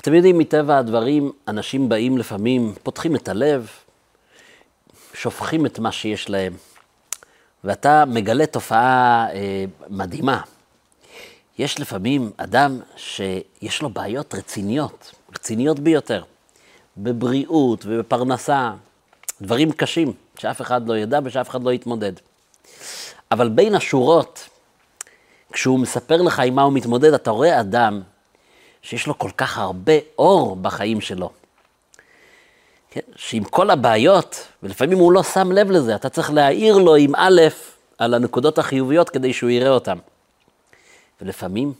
אתם יודעים, מטבע הדברים, אנשים באים לפעמים, פותחים את הלב, שופכים את מה שיש להם, ואתה מגלה תופעה מדהימה. יש לפעמים אדם שיש לו בעיות רציניות ביותר, בבריאות ובפרנסה, דברים קשים שאף אחד לא ידע ושאף אחד לא יתמודד. אבל בין השורות, כשהוא מספר לך עם מה הוא מתמודד, אתה רואה אדם שיש לו כל כך הרבה אור בחיים שלו. כן? שעם כל הבעיות, ולפעמים הוא לא שם לב לזה, אתה צריך להעיר לו עם א' על הנקודות החיוביות כדי שהוא יראה אותם. ולפעמים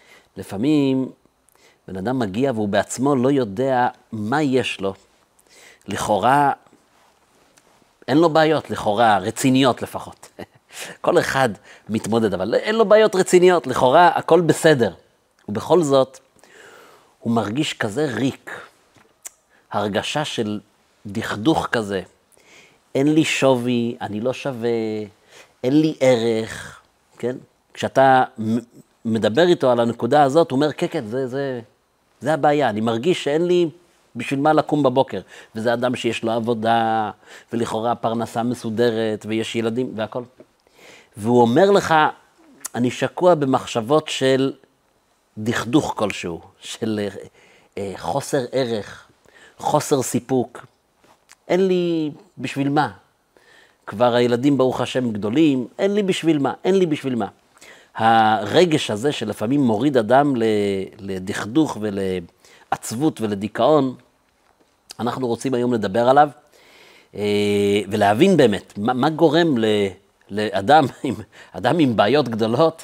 בן אדם מגיע והוא בעצמו לא יודע מה יש לו. לכאורה, אין לו בעיות, לכאורה, רציניות לפחות. כל אחד מתמודד, אבל אין לו בעיות רציניות, לכאורה הכל בסדר. ובכל זאת, הוא מרגיש כזה ריק, הרגשה של דכדוך כזה. אין לי שווי, אני לא שווה, אין לי ערך, כן? כשאתה מדבר איתו על הנקודה הזאת, הוא אומר, כן, זה הבעיה, אני מרגיש שאין לי בשביל מה לקום בבוקר. וזה אדם שיש לו עבודה, ולכאורה פרנסה מסודרת, ויש ילדים והכל. והוא אומר לך, אני שקוע במחשבות של דכדוך כלשהו, של חוסר ערך, חוסר סיפוק. אין לי בשביל מה. כבר הילדים ברוך השם גדולים, אין לי בשביל מה. הרגש הזה שלפעמים מוריד אדם לדכדוך ולעצבות ולדיכאון, אנחנו רוצים היום לדבר עליו, ולהבין באמת מה גורם לאדם עם בעיות גדולות,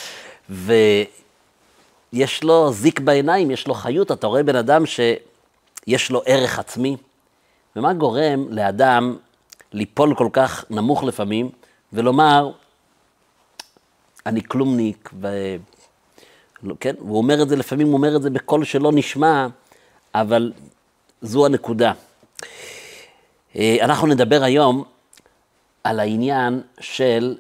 ויש לו זיק בעיניים, יש לו חיות, אתה רואה בן אדם שיש לו ערך עצמי, ומה גורם לאדם ליפול כל כך נמוך לפעמים, ולומר, אני כלומניק, כן? הוא אומר את זה, לפעמים הוא אומר את זה בקול שלא נשמע, אבל זו הנקודה. אנחנו נדבר היום על העניין של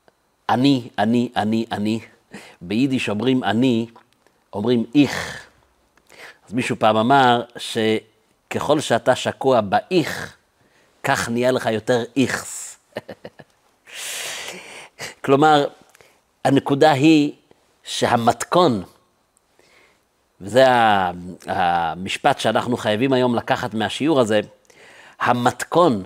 אני. ביידיש אומרים אני, אומרים איך. אז מישהו פעם אמר שככל שאתה שקוע באיך, כך נהיה לך יותר איכס. כלומר, הנקודה היא שהמתכון, וזה המשפט שאנחנו חייבים היום לקחת מהשיעור הזה, המתכון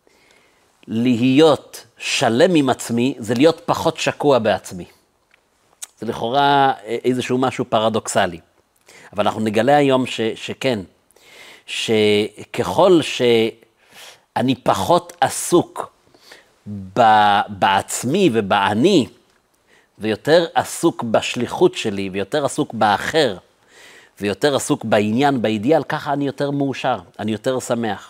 להיות שלם עם עצמי, זה להיות פחות שקוע בעצמי. זה לכאורה איזשהו משהו פרדוקסלי. אבל אנחנו נגלה היום שכן, שככל שאני פחות עסוק בעצמי ובאני, ויותר עסוק בשליחות שלי, ויותר עסוק באחר, ויותר עסוק בעניין, באידיאל, ככה אני יותר מאושר, אני יותר שמח.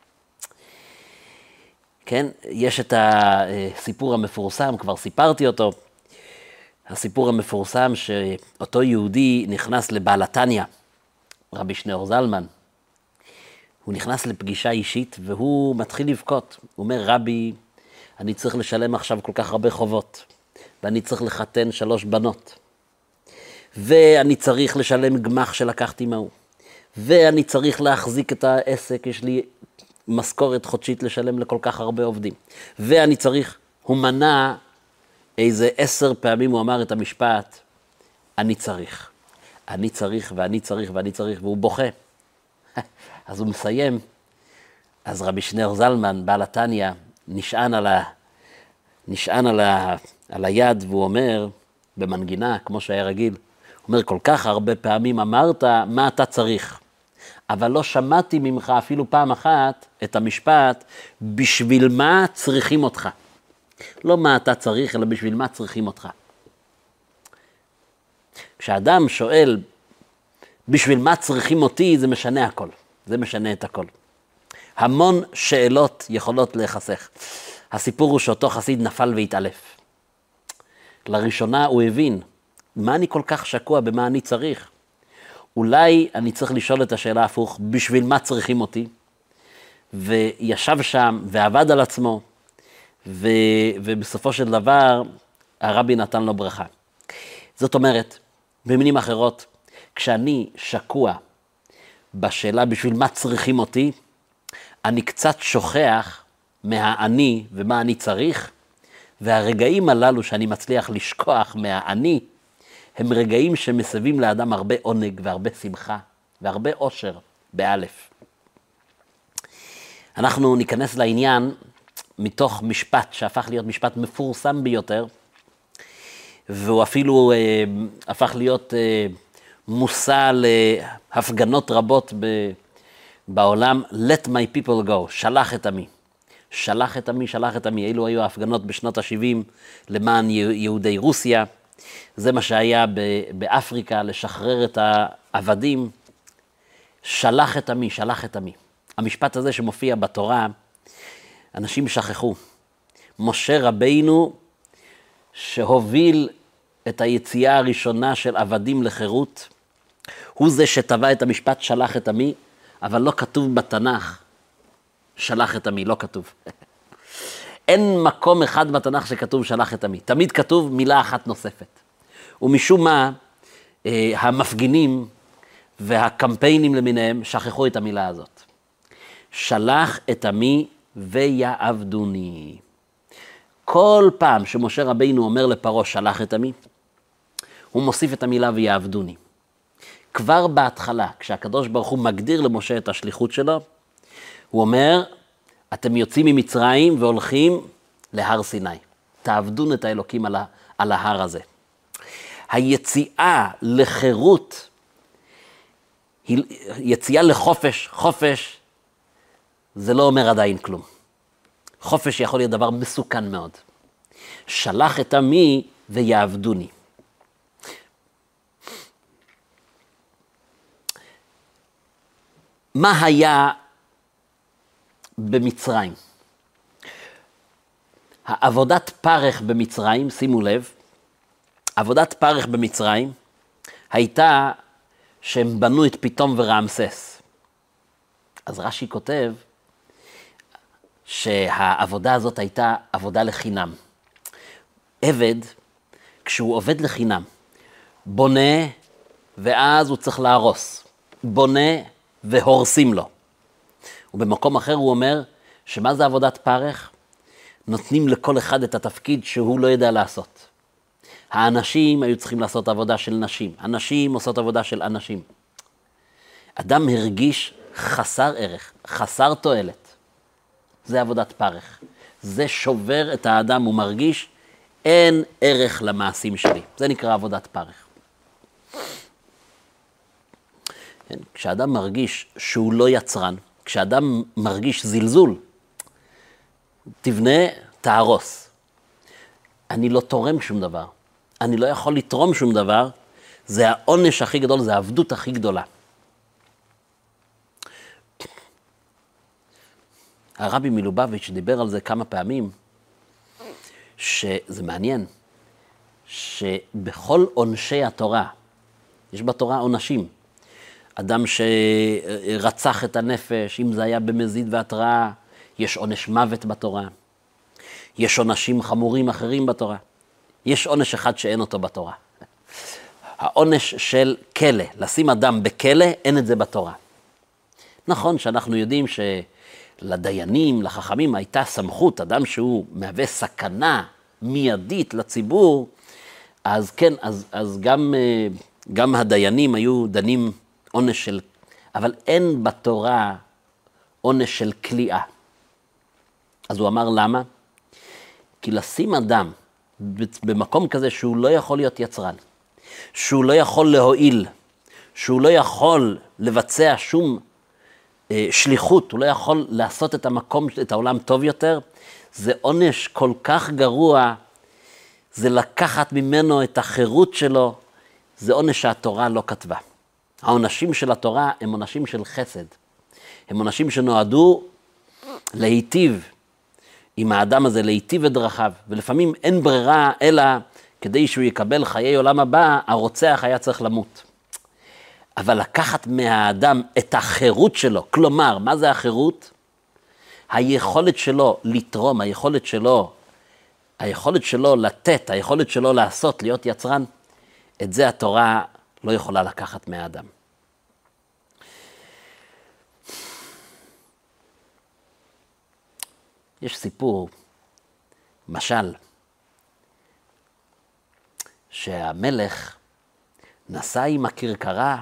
כן, יש את הסיפור המפורסם, כבר סיפרתי אותו, הסיפור המפורסם שאותו יהודי נכנס לבעל התניא, רבי שניאור זלמן. הוא נכנס לפגישה אישית והוא מתחיל לבכות. הוא אומר, רבי, אני צריך לשלם עכשיו כל כך הרבה חובות, ואני צריך לחתן 3 בנות, ואני צריך לשלם גמח שלקחתי מהו, ואני צריך להחזיק את העסק, יש לי משכורת חודשית לשלם לכל כך הרבה עובדים, ואני צריך, הוא מנע איזה 10 פעמים הוא אמר את המשפט, אני צריך ואני צריך, והוא בוכה. אז הוא מסיים, אז רבי שניאור זלמן, בעל התניא, נשען על היד, והוא אומר, במנגינה, כמו שהיה רגיל, הוא אומר, כל כך הרבה פעמים אמרת מה אתה צריך, אבל לא שמעתי ממך אפילו פעם אחת את המשפט, בשביל מה צריכים אותך. לא מה אתה צריך, אלא בשביל מה צריכים אותך. כשאדם שואל, בשביל מה צריכים אותי, זה משנה הכל. זה משנה את הכל. המון שאלות יכולות להיחסך. הסיפור הוא שאותו חסיד נפל והתעלף. לראשונה הוא הבין, מה אני כל כך שקוע, במה אני צריך? אולי אני צריך לשאול את השאלה הפוך, בשביל מה צריכים אותי? וישב שם ועבד על עצמו, ובסופו של דבר הרבי נתן לו ברכה. זאת אומרת, במילים אחרות, כשאני שקוע בשאלה בשביל מה צריכים אותי, אני קצת שוכח מהאני ומה אני צריך, והרגעים הללו שאני מצליח לשכוח מהאני, הם רגעים שמסבים לאדם הרבה עונג והרבה שמחה והרבה אושר באלף. אנחנו ניכנס לעניין מתוך משפט שהפך להיות משפט מפורסם ביותר, והוא אפילו הפך להיות מושא להפגנות רבות בעולם. Let my people go, שלח את עמי. שלח את עמי, שלח את עמי. אלו היו ההפגנות בשנות ה-70 למען יהודי רוסיה. זה מה שהיה באפריקה, לשחרר את העבדים. שלח את עמי, שלח את עמי. המשפט הזה שמופיע בתורה, אנשים שכחו. משה רבינו שהוביל את היציאה הראשונה של עבדים לחירות, הוא זה שטבע את המשפט שלח את עמי, אבל לא כתוב בתנ"ך שלח את עמי, לא כתוב. אין מקום אחד בתנ"ך שכתוב שלח את עמי, תמיד כתוב מילה אחת נוספת. ומשום מה, המפגינים והקמפיינים למיניהם שכחו את המילה הזאת. שלח את עמי ויעבדוני. כל פעם שמשה רבינו אומר לפרעה שלח את עמי, הוא מוסיף את המילה ויעבדוני. כבר בהתחלה, כשהקדוש ברוך הוא מגדיר למשה את השליחות שלו, הוא אומר, אתם יוצאים ממצרים והולכים להר סיני. תעבדון את האלוקים על ההר הזה. היציאה לחירות, יציאה לחופש, חופש, זה לא אומר עדיין כלום. חופש יכול להיות דבר מסוכן מאוד. שלח את עמי ויעבדוני. מה היה במצרים? העבודת פרך במצרים, שימו לב, עבודת פרך במצרים הייתה שהם בנו את פיתום ורעמסס. אז רש"י כותב שהעבודה הזאת הייתה עבודה לחינם. עבד, כשהוא עובד לחינם, בונה ואז הוא צריך להרוס. בונה והורסים לו. ובמקום אחר הוא אומר שמה זה עבודת פרך? נותנים לכל אחד את התפקיד שהוא לא יודע לעשות. האנשים היו צריכים לעשות עבודה של נשים. הנשים עושות עבודה של אנשים. אדם הרגיש חסר ערך, חסר תועלת. זה עבודת פרך. זה שובר את האדם, הוא מרגיש אין ערך למעשים שלי. זה נקרא עבודת פרך. כשאדם מרגיש שהוא לא יצרן, כשאדם מרגיש זלזול, תבנה, תהרוס. אני לא תורם שום דבר. אני לא יכול לתרום שום דבר. זה העונש הכי גדול, זה העבדות הכי גדולה. הרבי מלובביץ' דיבר על זה כמה פעמים, שזה מעניין, שבכל עונשי התורה, יש בתורה עונשים. אדם שרצח את הנפש, אם זה היה במזיד והתראה, יש עונש מוות בתורה. יש עונשים חמורים אחרים בתורה. יש עונש אחד שאין אותו בתורה. העונש של כלא, לשים אדם בכלא, אין את זה בתורה. נכון שאנחנו יודעים שלדיינים, לחכמים, הייתה סמכות, אדם שהוא מהווה סכנה מיידית לציבור, אז כן, אז גם הדיינים היו דנים עונש של, אבל אין בתורה עונש של כליאה. אז הוא אמר למה? כי לשים אדם במקום כזה שהוא לא יכול להיות יצרן, שהוא לא יכול להועיל, שהוא לא יכול לבצע שום שליחות, הוא לא יכול לעשות את המקום, את העולם טוב יותר, זה עונש כל כך גרוע, זה לקחת ממנו את החירות שלו, זה עונש שהתורה לא כתבה. העונשים של התורה הם עונשים של חסד. הם עונשים שנועדו להיטיב עם האדם הזה, להיטיב את דרכיו. ולפעמים אין ברירה, אלא כדי שהוא יקבל חיי עולם הבא, הרוצח היה צריך למות. אבל לקחת מהאדם את החירות שלו, כלומר, מה זה החירות? היכולת שלו לתרום, היכולת שלו לתת, היכולת שלו לעשות, להיות יצרן, את זה התורה לא יכולה לקחת מהאדם. יש סיפור, משל, שהמלך נסע עם הכרכרה,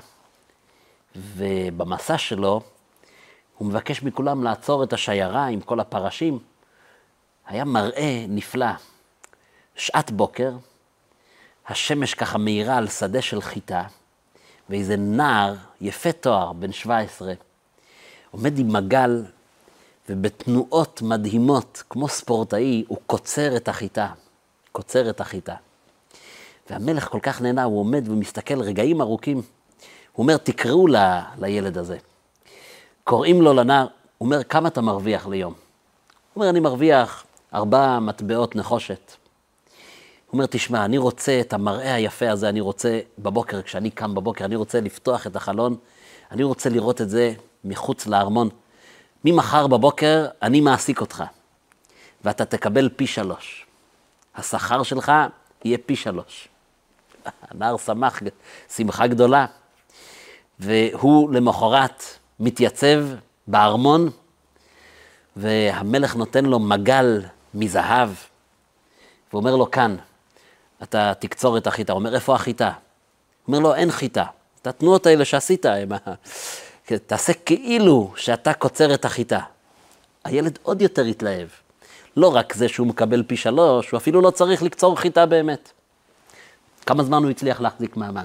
ובמסע שלו הוא מבקש מכולם לעצור את השיירה עם כל הפרשים. היה מראה נפלא. שעת בוקר, השמש ככה מאירה על שדה של חיטה, ואיזה נער יפה תואר, בן 17, עומד עם מגל, ובתנועות מדהימות, כמו ספורטאי, הוא קוצר את החיטה. והמלך כל כך נהנה, הוא עומד ומסתכל רגעים ארוכים. הוא אומר, תקראו לילד הזה. קוראים לו לנער, הוא אומר, כמה אתה מרוויח ליום? הוא אומר, אני מרוויח 4 מטבעות נחושת. הוא אומר, תשמע, אני רוצה את המראה היפה הזה, אני רוצה בבוקר, כשאני קם בבוקר, אני רוצה לפתוח את החלון, אני רוצה לראות את זה מחוץ לארמון. ממחר בבוקר אני מעסיק אותך, ואתה תקבל פי 3. השכר שלך יהיה פי 3. הנער שמח, שמחה גדולה, והוא למחרת מתייצב בארמון, והמלך נותן לו מגל מזהב, ואומר לו, כאן, אתה תקצור את החיטה. הוא אומר, איפה החיטה? הוא אומר לו, אין חיטה. את התנועות האלה שעשית, תעשה כאילו שאתה קוצר את החיטה. הילד עוד יותר התלהב. לא רק זה שהוא מקבל פי 3, הוא אפילו לא צריך לקצור חיטה באמת. כמה זמן הוא הצליח להחזיק מעמד?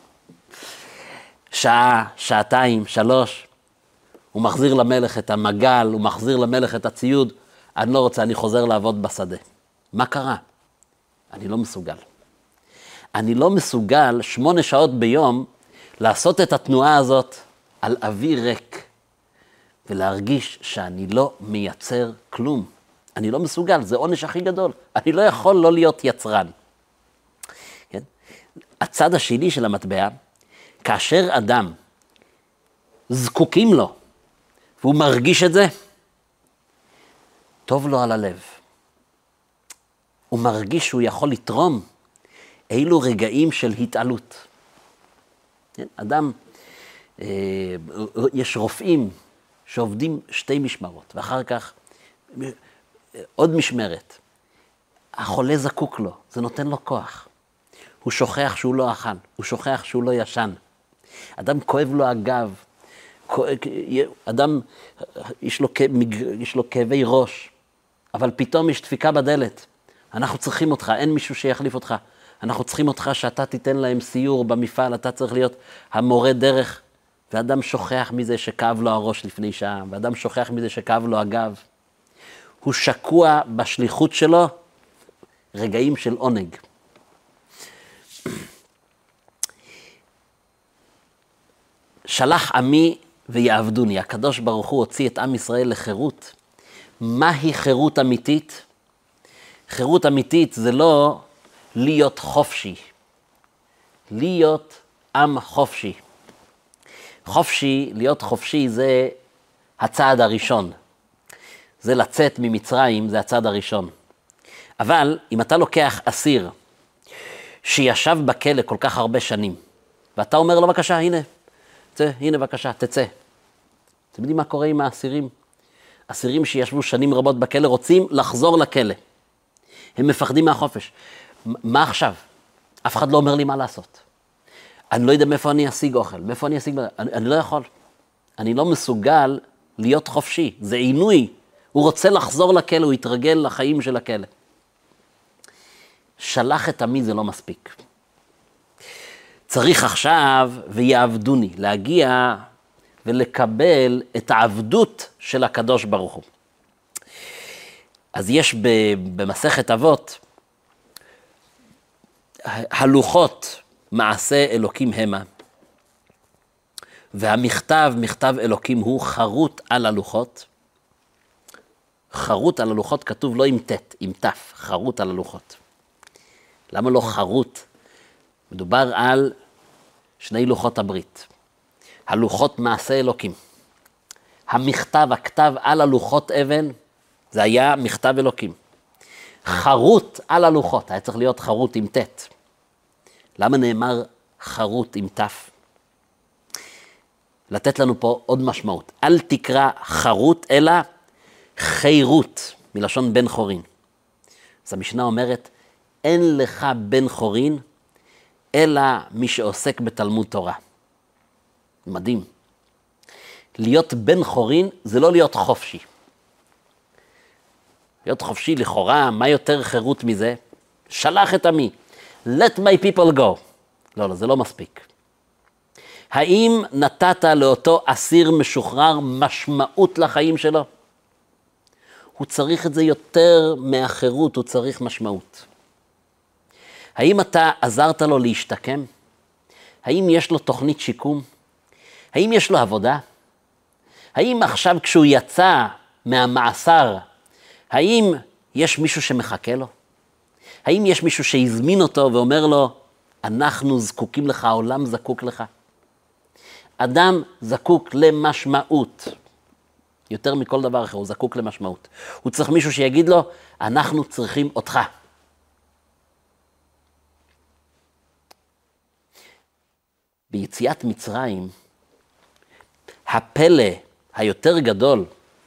שעה, שעתיים, 3, הוא מחזיר למלך את המגל, הוא מחזיר למלך את הציוד. אני לא רוצה, אני חוזר לעבוד בשדה. מה קרה? אני לא מסוגל. אני לא מסוגל 8 שעות ביום לעשות את התנועה הזאת על אוויר ריק, ולהרגיש שאני לא מייצר כלום. אני לא מסוגל, זה עונש הכי גדול. אני לא יכול לא להיות יצרן. כן? הצד השני של המטבע, כאשר אדם זקוקים לו, והוא מרגיש את זה, טוב לו על הלב. הוא מרגיש שהוא יכול לתרום. אילו רגעים של התעלות. כן? אדם, יש רופאים שעובדים 2 משמרות, ואחר כך עוד משמרת. החולה זקוק לו, זה נותן לו כוח. הוא שוכח שהוא לא אכל, הוא שוכח שהוא לא ישן. אדם כואב לו הגב, אדם יש לו כאבי ראש, אבל פתאום יש דפיקה בדלת. אנחנו צריכים אותך, אין מישהו שיחליף אותך. אנחנו צריכים אותך שאתה תיתן להם סיור במפעל, אתה צריך להיות המורה דרך. ואדם שוכח מזה שכאב לו הראש לפני שעה, ואדם שוכח מזה שכאב לו הגב. הוא שקוע בשליחות שלו, רגעים של עונג. שלח עמי ויעבדוני. הקדוש ברוך הוא הוציא את עם ישראל לחירות. מהי חירות אמיתית? חירות אמיתית זה לא להיות חופשי. להיות עם חופשי. להיות חופשי זה הצעד הראשון. זה לצאת ממצרים, זה הצעד הראשון. אבל אם אתה לוקח אסיר שישב בכלא כל כך הרבה שנים, ואתה אומר לו, בבקשה, הנה בבקשה, תצא. אתם יודעים מה קורה עם האסירים? אסירים שישבו שנים רבות בכלא רוצים לחזור לכלא. הם מפחדים מהחופש. מה עכשיו? אף אחד לא אומר לי מה לעשות. אני לא יודע מאיפה אני אשיג אוכל, אני לא יכול. אני לא מסוגל להיות חופשי, זה עינוי. הוא רוצה לחזור לכלא, הוא יתרגל לחיים של הכלא. שלח את עמי זה לא מספיק. צריך עכשיו ויעבדוני, להגיע ולקבל את העבדות של הקדוש ברוך הוא. אז יש במסכת אבות, הלוחות מעשה אלוקים המה, והמכתב, מכתב אלוקים הוא חרוט על הלוחות. חרוט על הלוחות כתוב לא עם ת', עם ת', חרוט על הלוחות. למה לא חרוט? מדובר על 2 לוחות הברית. הלוחות מעשה אלוקים. המכתב, הכתב על הלוחות אבן, זה היה מכתב אלוקים. חרוט על הלוחות, היה צריך להיות חרוט עם ת'. למה נאמר חרוט עם ת'? לתת לנו פה עוד משמעות. אל תקרא חרוט אלא חירות. מלשון בן חורין. אז המשנה אומרת, אין לך בן חורין, אלא מי שעוסק בתלמוד תורה. מדהים. להיות בן חורין זה לא להיות חופשי. להיות חופשי לכאורה, מה יותר חירות מזה? שלח את עמי. Let my people go. לא, זה לא מספיק. האם נתת לאותו אסיר משוחרר משמעות לחיים שלו? הוא צריך את זה יותר מהחירות, הוא צריך משמעות. האם אתה עזרת לו להשתקם? האם יש לו תוכנית שיקום? האם יש לו עבודה? האם עכשיו כשהוא יצא מהמאסר, האם יש מישהו שמחכה לו? האם יש מישהו שהזמין אותו ואומר לו, אנחנו זקוקים לך, העולם זקוק לך? אדם זקוק למשמעות. יותר מכל דבר אחר, הוא זקוק למשמעות. הוא צריך מישהו שיגיד לו, אנחנו צריכים אותך. ביציאת מצרים, הפלא היותר גדול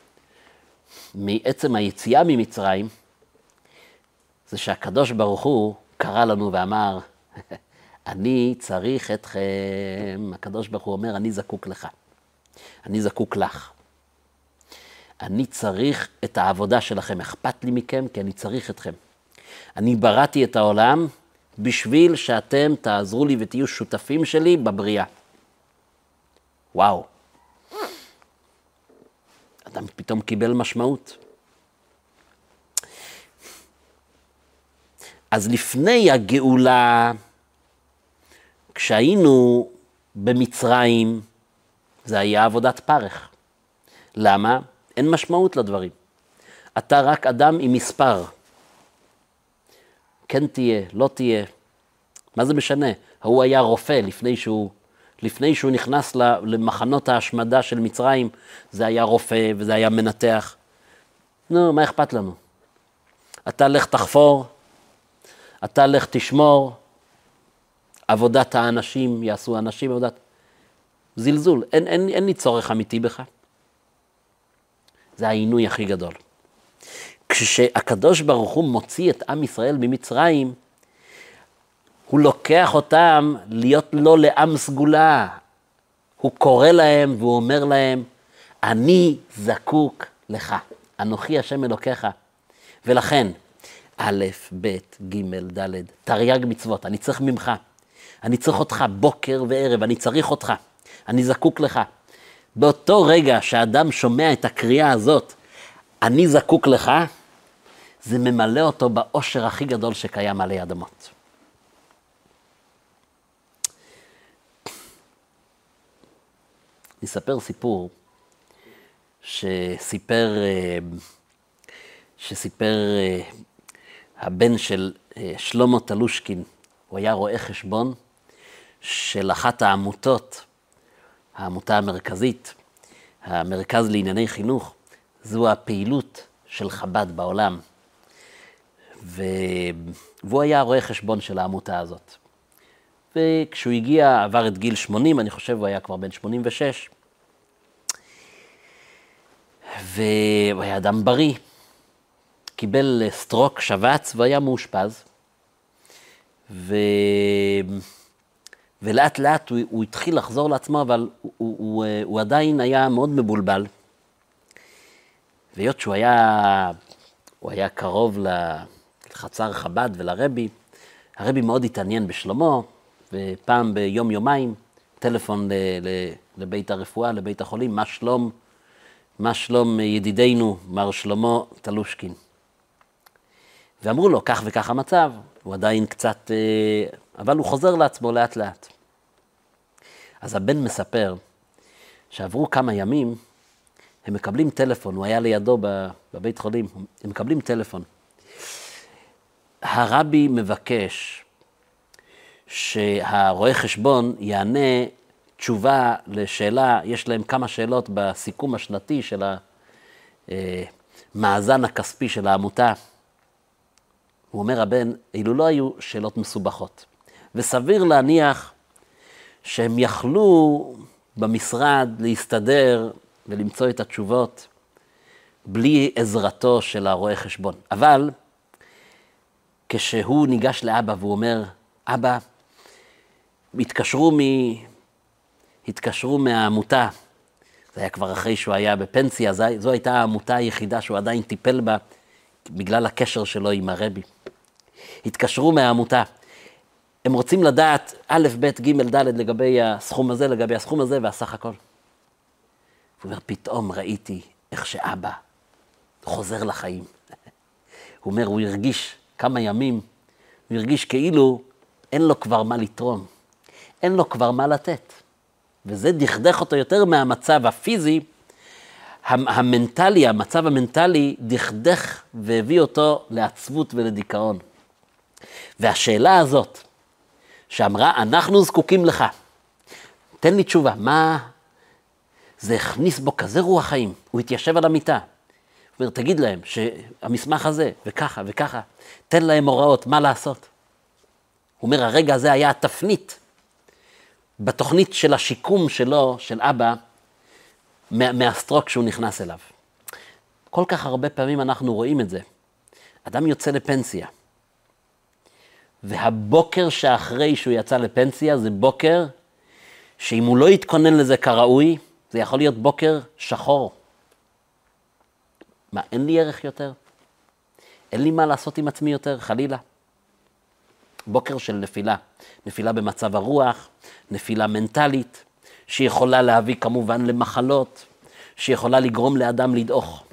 מעצם היציאה ממצרים, זה שהקדוש ברוך הוא קרא לנו ואמר, אני צריך אתכם. הקדוש ברוך הוא אומר, אני זקוק לך. אני זקוק לך. אני צריך את העבודה שלכם. אכפת לי מכם כי אני צריך אתכם. אני בראתי את העולם בשביל שאתם תעזרו לי ותהיו שותפים שלי בבריאה. וואו. אדם פתאום קיבל משמעות. אז לפני הגאולה, כשהיינו במצרים, זה היה עבודת פרך. למה? אין משמעות לדברים. אתה רק אדם עם מספר. כן תהיה, לא תהיה. מה זה משנה? הוא היה רופא לפני שהוא נכנס למחנות ההשמדה של מצרים, זה היה רופא וזה היה מנתח. נו, מה אכפת לנו? אתה לך תחפור, אתה לך תשמור, עבודת האנשים, יעשו אנשים עבודת זלזול. אין לי צורך אמיתי בך. זה העינוי הכי גדול. כשהקדוש ברוך הוא מוציא את עם ישראל ממצרים, הוא לוקח אותם להיות לו לעם סגולה. הוא קורא להם והוא אומר להם, אני זקוק לך. אנוכי השם אלוקיך. ולכן, א', ב', ג', ד', תרי"ג מצוות, אני צריך ממך. אני צריך אותך בוקר וערב, אני צריך אותך. אני זקוק לך. באותו רגע שאדם שומע את הקריאה הזאת, אני זקוק לך, זה ממלא אותו באושר הכי גדול שקיים עלי אדמות. נספר סיפור שסיפר הבן של שלמה טלושקין. הוא היה רואה חשבון של אחת העמותות, העמותה המרכזית, המרכז לענייני חינוך. זו הפעילות של חב"ד בעולם. והוא היה רואה חשבון של העמותה הזאת. וכשהוא הגיע, עבר את גיל 80, אני חושב הוא היה כבר בן 86, והוא היה אדם בריא, קיבל סטרוק, שבץ, והיה מאושפז, ולאט לאט הוא התחיל לחזור לעצמו, אבל הוא עדיין היה מאוד מבולבל, והיות שהוא היה קרוב לחצר חב"ד ולרבי, הרבי מאוד התעניין בשלמה, ופעם ביום יומיים טלפון לבית הרפואה, לבית החולים, מה שלום ידידנו מר שלמה טלושקין. ואמרו לו, כך וכך המצב, הוא עדיין קצת, אבל הוא חוזר לעצמו לאט לאט. אז הבן מספר שעברו כמה ימים, הם מקבלים טלפון, הוא היה לידו בבית חולים, הם מקבלים טלפון. הרבי מבקש שהרואה חשבון יענה תשובה לשאלה, יש להם כמה שאלות בסיכום השנתי של המאזן הכספי של העמותה. הוא אומר הבן, אילו לא היו שאלות מסובכות, וסביר להניח שהם יכלו במשרד להסתדר ולמצוא את התשובות, בלי עזרתו של הרואה חשבון. אבל כשהוא ניגש לאבא והוא אומר, אבא, התקשרו מהעמותה, זה היה כבר אחרי שהוא היה בפנסיה, זו הייתה העמותה היחידה שהוא עדיין טיפל בה, בגלל הקשר שלו עם הרבי. התקשרו מהעמותה, הם רוצים לדעת א', ב', ג', ד' לגבי הסכום הזה, לגבי הסכום הזה והסך הכל. הוא אומר, פתאום ראיתי איך שאבא חוזר לחיים. הוא אומר, הוא הרגיש כמה ימים, הוא הרגיש כאילו אין לו כבר מה לתרום, אין לו כבר מה לתת. וזה דכדך אותו יותר מהמצב הפיזי, המנטלי, המצב המנטלי דכדך והביא אותו לעצבות ולדיכאון. והשאלה הזאת, שאמרה, אנחנו זקוקים לך, תן לי תשובה, מה? זה הכניס בו כזה רוח חיים, הוא התיישב על המיטה. הוא אומר, תגיד להם שהמסמך הזה, וככה וככה, תן להם הוראות, מה לעשות? הוא אומר, הרגע הזה היה התפנית, בתוכנית של השיקום שלו, של אבא, מהסטרוק שהוא נכנס אליו. כל כך הרבה פעמים אנחנו רואים את זה. אדם יוצא לפנסיה, והבוקר שאחרי שהוא יצא לפנסיה, זה בוקר שאם הוא לא יתכונן לזה כראוי, זה יכול להיות בוקר שחור. מה, אין לי ערך יותר? אין לי מה לעשות עם עצמי יותר, חלילה. בוקר של נפילה. נפילה במצב הרוח, נפילה מנטלית, שיכולה להביא כמובן למחלות, שיכולה לגרום לאדם לדעוך.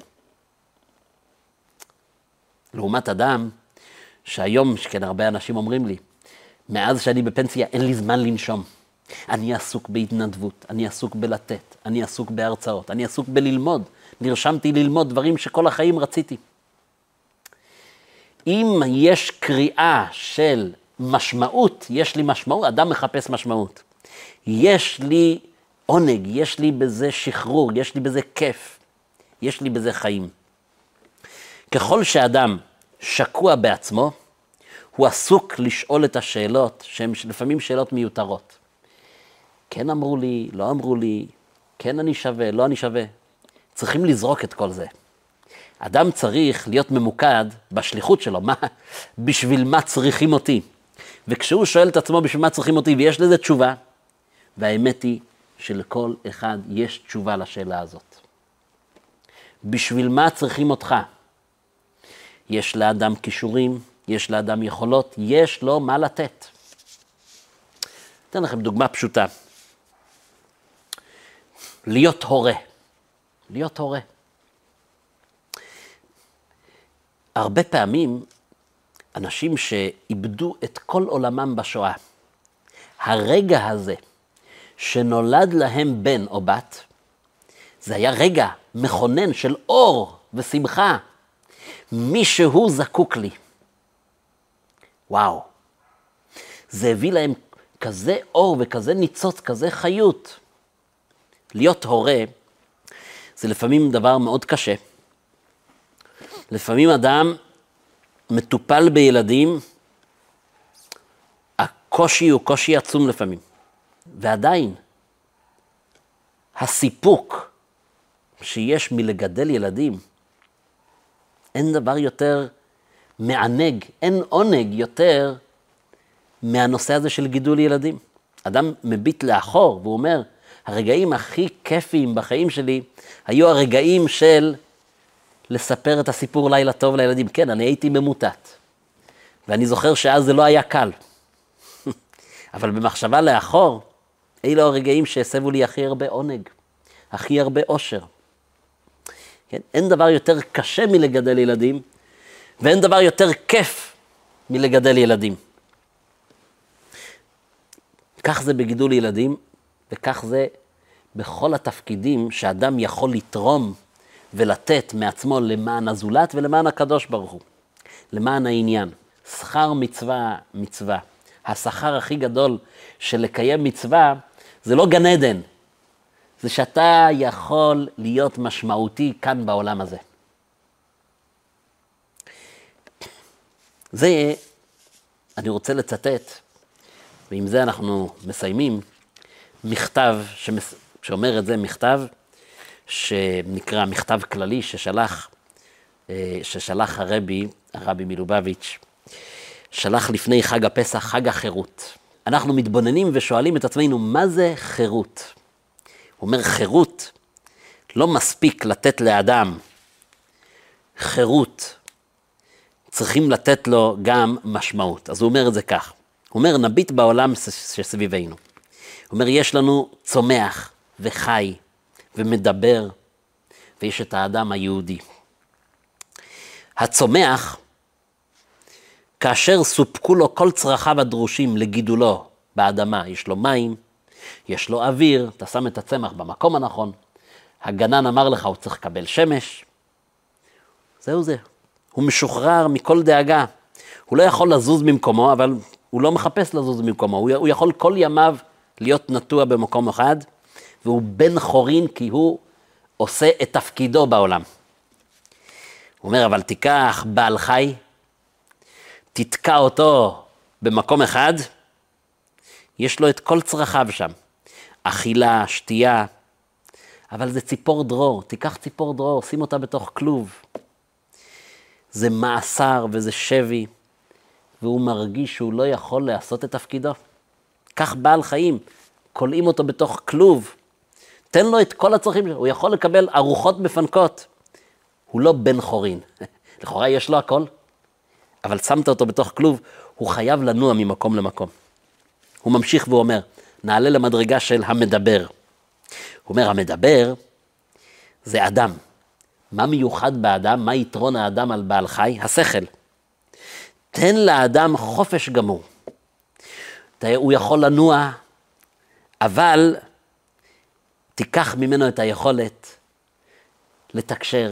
לעומת אדם, שהיום, שכן הרבה אנשים אומרים לי, מאז שאני בפנסיה אין לי זמן לנשום. אני עסוק בהתנדבות, אני עסוק בלתת, אני עסוק בהרצאות, אני עסוק בללמוד. נרשמתי ללמוד דברים שכל החיים רציתי. אם יש קריאה של משמעות, יש לי משמעות, אדם מחפש משמעות. יש לי עונג, יש לי בזה שחרור, יש לי בזה כיף, יש לי בזה חיים. ככל שאדם שקוע בעצמו, הוא עסוק לשאול את השאלות, שהן לפעמים שאלות מיותרות. כן אמרו לי, לא אמרו לי, כן אני שווה, לא אני שווה. צריכים לזרוק את כל זה. אדם צריך להיות ממוקד בשליחות שלו, בשביל מה צריכים אותי. וכשהוא שואל את עצמו בשביל מה צריכים אותי, ויש לזה תשובה, והאמת היא שלכל אחד יש תשובה לשאלה הזאת. בשביל מה צריכים אותך? יש לאדם כישורים, יש לאדם יכולות, יש לו מה לתת. אתן לכם דוגמה פשוטה. להיות הורה. להיות הורה. הרבה פעמים אנשים שאיבדו את כל עולמם בשואה, הרגע הזה שנולד להם בן או בת, זה היה רגע מכונן של אור ושמחה. מישהו זקוק לי. וואו. זה הביא להם כזה אור וכזה ניצוץ, כזה חיות. להיות הורה זה לפעמים דבר מאוד קשה. לפעמים אדם מטופל בילדים, הקושי הוא קושי עצום לפעמים. ועדיין, הסיפוק שיש מלגדל ילדים, אין דבר יותר מענג, אין עונג יותר מהנושא הזה של גידול ילדים. אדם מביט לאחור והוא אומר, הרגעים הכי כיפיים בחיים שלי היו הרגעים של לספר את הסיפור לילה טוב לילדים. כן, אני הייתי ממוטט. ואני זוכר שאז זה לא היה קל. אבל במחשבה לאחור, אלו הרגעים שהסבו לי הכי הרבה עונג, הכי הרבה אושר. כן? אין דבר יותר קשה מלגדל ילדים, ואין דבר יותר כיף מלגדל ילדים. כך זה בגידול ילדים, וכך זה בכל התפקידים שאדם יכול לתרום ולתת מעצמו למען הזולת ולמען הקדוש ברוך הוא. למען העניין. שכר מצווה, מצווה. השכר הכי גדול של לקיים מצווה, זה לא גן עדן. זה שאתה יכול להיות משמעותי כאן בעולם הזה. זה, אני רוצה לצטט, ועם זה אנחנו מסיימים, מכתב, שאומר את זה מכתב, שנקרא מכתב כללי ששלח הרבי מלובביץ', שלח לפני חג הפסח, חג החירות. אנחנו מתבוננים ושואלים את עצמנו, מה זה חירות? הוא אומר, חירות לא מספיק לתת לאדם חירות, צריכים לתת לו גם משמעות. אז הוא אומר את זה כך, הוא אומר, נביט בעולם שסביבנו. הוא אומר, יש לנו צומח וחי ומדבר, ויש את האדם היהודי. הצומח, כאשר סופקו לו כל צרכיו הדרושים לגידולו באדמה, יש לו מים, יש לו אוויר, אתה שם את הצמח במקום הנכון, הגנן אמר לך, הוא צריך לקבל שמש, זהו זה. הוא משוחרר מכל דאגה. הוא לא יכול לזוז ממקומו, אבל הוא לא מחפש לזוז ממקומו. הוא יכול כל ימיו להיות נטוע במקום אחד, והוא בן חורין כי הוא עושה את תפקידו בעולם. הוא אומר, אבל תיקח בעל חי, תתקע אותו במקום אחד, יש לו את כל צרכיו שם. אכילה, שתייה, אבל זה ציפור דרור. תיקח ציפור דרור, שים אותה בתוך כלוב. זה מאסר וזה שבי, והוא מרגיש שהוא לא יכול לעשות את תפקידו. כך בעל חיים, קולעים אותו בתוך כלוב, תן לו את כל הצרכים שלו, הוא יכול לקבל ארוחות מפנקות. הוא לא בן חורין, לכאורה יש לו הכל, אבל שמת אותו בתוך כלוב, הוא חייב לנוע ממקום למקום. הוא ממשיך ואומר, נעלה למדרגה של המדבר. הוא אומר, המדבר זה אדם. מה מיוחד באדם? מה יתרון האדם על בעל חי? השכל. תן לאדם חופש גמור. הוא יכול לנוע, אבל תיקח ממנו את היכולת לתקשר.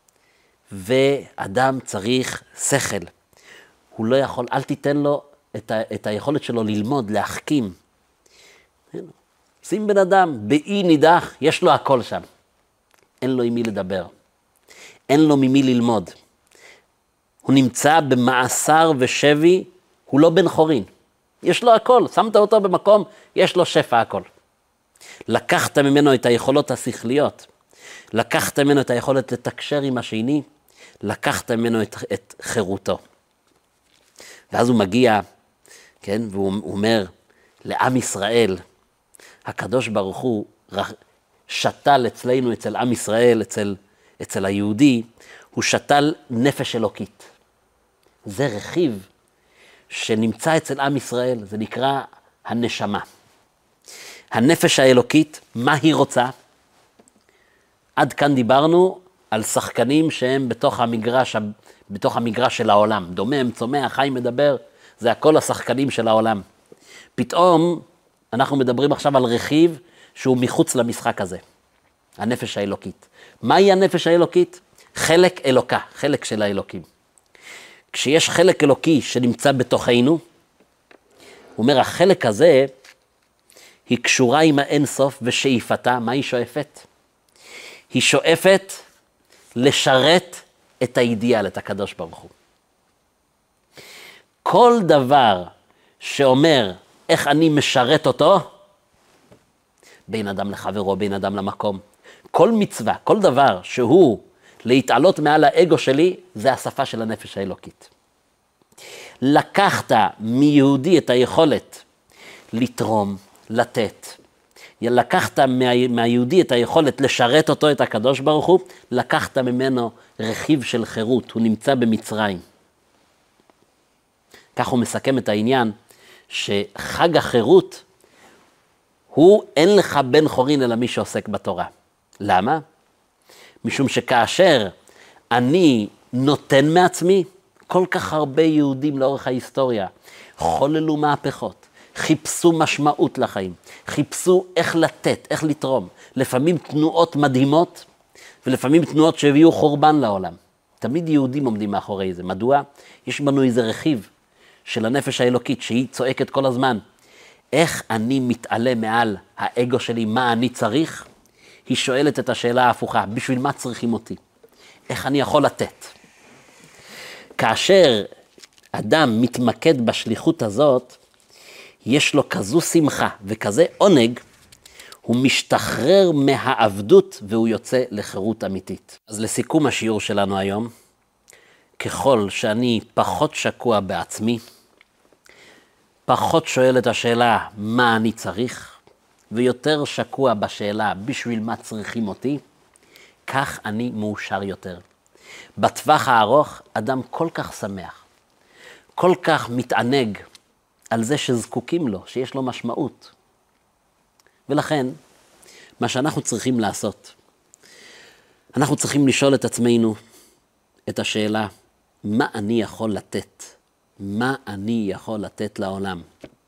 ואדם צריך שכל. הוא לא יכול, אל תיתן לו את היכולת שלו ללמוד, להחכים. שים בן אדם, באי נידח, יש לו הכל שם. אין לו עם מי לדבר. אין לו ממי ללמוד. הוא נמצא במאסר ושבי, הוא לא בן חורין. יש לו הכל, שמת אותו במקום, יש לו שפע הכל. לקחת ממנו את היכולות השכליות, לקחת ממנו את היכולת לתקשר עם השני, לקחת ממנו את חירותו. ואז הוא מגיע, כן, והוא אומר, לעם ישראל, הקדוש ברוך הוא שתל אצלנו, אצל עם ישראל, אצל היהודי, הוא שתל נפש אלוקית. זה רכיב שנמצא אצל עם ישראל, זה נקרא הנשמה. הנפש האלוקית, מה היא רוצה? עד כאן דיברנו על שחקנים שהם בתוך המגרש של העולם. דומם, צומח, חי, מדבר, זה הכל השחקנים של העולם. פתאום אנחנו מדברים עכשיו על רכיב שהוא מחוץ למשחק הזה. הנפש האלוקית. מהי הנפש האלוקית? חלק אלוקה, חלק של האלוקים. כשיש חלק אלוקי שנמצא בתוכנו, הוא אומר, החלק הזה היא קשורה עם האינסוף ושאיפתה. מה היא שואפת? היא שואפת לשרת את האידיאל, את הקדוש ברוך הוא. כל דבר שאומר איך אני משרת אותו, בין אדם לחברו, בין אדם למקום, כל מצווה, כל דבר שהוא להתעלות מעל האגו שלי, זה השפה של הנפש האלוקית. לקחת מיהודי את היכולת לתרום, לתת. לקחת מהיהודי את היכולת לשרת אותו, את הקדוש ברוך הוא, לקחת ממנו רכיב של חירות, הוא נמצא במצרים. כך הוא מסכם את העניין, שחג החירות, הוא אין לך בן חורין אלא מי שעוסק בתורה. למה? משום שכאשר אני נותן מעצמי, כל כך הרבה יהודים לאורך ההיסטוריה חוללו מהפכות, חיפשו משמעות לחיים, חיפשו איך לתת, איך לתרום. לפעמים תנועות מדהימות, ולפעמים תנועות שהביאו חורבן לעולם. תמיד יהודים עומדים מאחורי זה. מדוע? יש בנו איזה רכיב של הנפש האלוקית, שהיא צועקת כל הזמן. איך אני מתעלה מעל האגו שלי, מה אני צריך? היא שואלת את השאלה ההפוכה, בשביל מה צריכים אותי? איך אני יכול לתת? כאשר אדם מתמקד בשליחות הזאת, יש לו כזו שמחה וכזה עונג, הוא הוא משתחרר מהעבדות והוא יוצא לחירות אמיתית. אז לסיכום השיעור שלנו היום, ככל שאני פחות שקוע בעצמי, פחות שואל את השאלה מה אני צריך, ויותר שקוע בשאלה בשביל מה צריכים אותי, כך אני מאושר יותר. בטווח הארוך אדם כל כך שמח, כל כך מתענג על זה שזקוקים לו, שיש לו משמעות. ולכן, מה שאנחנו צריכים לעשות, אנחנו צריכים לשאול את עצמנו את השאלה, מה אני יכול לתת? מה אני יכול לתת לעולם?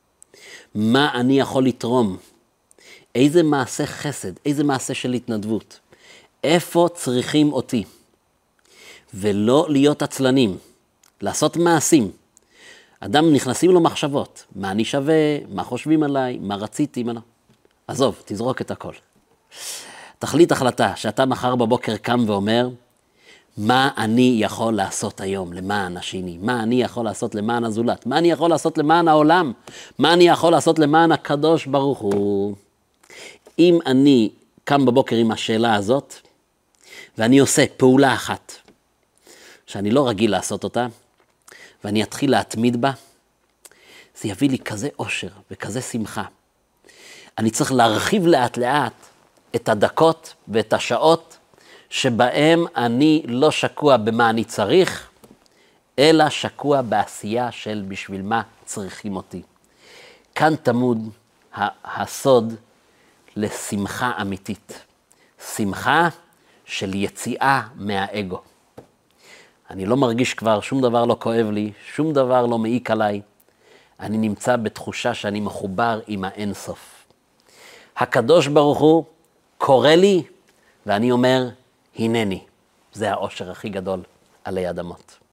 מה אני יכול לתרום? איזה מעשה חסד, איזה מעשה של התנדבות? איפה צריכים אותי? ולא להיות עצלנים, לעשות מעשים. אדם נכנסים לו מחשבות, מה אני שווה, מה חושבים עליי, מה רציתי, מה לא. עזוב, תזרוק את הכל. תחליט החלטה שאתה מחר בבוקר קם ואומר, מה אני יכול לעשות היום למען השני? מה אני יכול לעשות למען הזולת? מה אני יכול לעשות למען העולם? מה אני יכול לעשות למען הקדוש ברוך הוא? אם אני קם בבוקר עם השאלה הזאת, ואני עושה פעולה אחת, שאני לא רגיל לעשות אותה, ואני אתחיל להתמיד בה, זה יביא לי כזה אושר וכזה שמחה. אני צריך להרחיב לאט לאט את הדקות ואת השעות, שבהם אני לא שקוע במה אני צריך, אלא שקוע בעשייה של בשביל מה צריכים אותי. כאן תמוד הסוד לשמחה אמיתית. שמחה של יציאה מהאגו. אני לא מרגיש כבר, שום דבר לא כואב לי, שום דבר לא מעיק עליי. אני נמצא בתחושה שאני מחובר עם האינסוף. הקדוש ברוך הוא קורא לי, ואני אומר, הנני. זה האושר הכי גדול עלי אדמות.